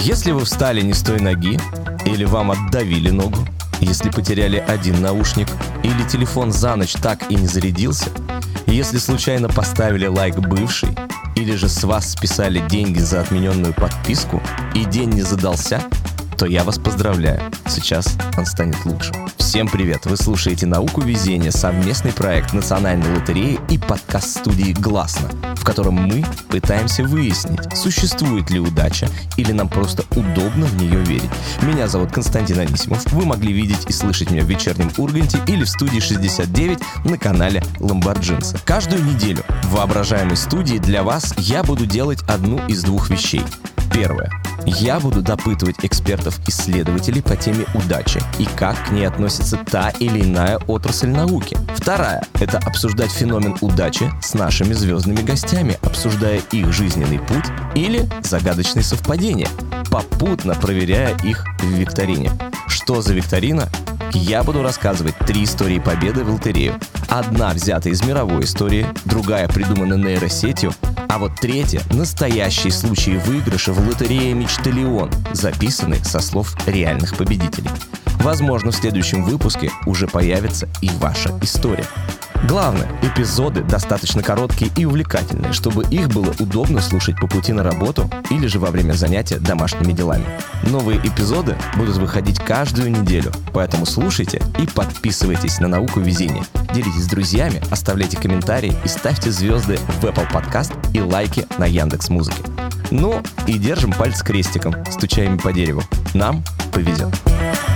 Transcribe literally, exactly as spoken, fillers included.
Если вы встали не с той ноги, или вам отдавили ногу, если потеряли один наушник, или телефон за ночь так и не зарядился, если случайно поставили лайк бывший, или же с вас списали деньги за отмененную подписку и день не задался, то я вас поздравляю. Сейчас он станет лучше. Всем привет! Вы слушаете «Науку везения», совместный проект Национальной лотереи и подкаст-студии «Гласно», в котором мы пытаемся выяснить, существует ли удача или нам просто удобно в нее верить. Меня зовут Константин Анисимов. Вы могли видеть и слышать меня в вечернем Урганте или в студии шестьдесят девять на канале Ламборджинса. Каждую неделю в воображаемой студии для вас я буду делать одну из двух вещей. Первое. Я буду допытывать экспертов-исследователей по теме удачи и как к ней относится та или иная отрасль науки. Вторая – это обсуждать феномен удачи с нашими звездными гостями, обсуждая их жизненный путь или загадочные совпадения, попутно проверяя их в викторине. Что за викторина? Я буду рассказывать три истории победы в лотерею. Одна взята из мировой истории, другая придумана нейросетью, а вот третья – настоящие случаи выигрыша в лотерее «Мечталион», записанные со слов реальных победителей. Возможно, в следующем выпуске уже появится и ваша история. Главное, эпизоды достаточно короткие и увлекательные, чтобы их было удобно слушать по пути на работу или же во время занятия домашними делами. Новые эпизоды будут выходить каждую неделю, поэтому слушайте и подписывайтесь на «Науку везения». Делитесь с друзьями, оставляйте комментарии и ставьте звезды в Apple Podcast и лайки на Яндекс.Музыке. Ну и держим пальцы крестиком, стуча ими по дереву. Нам повезет.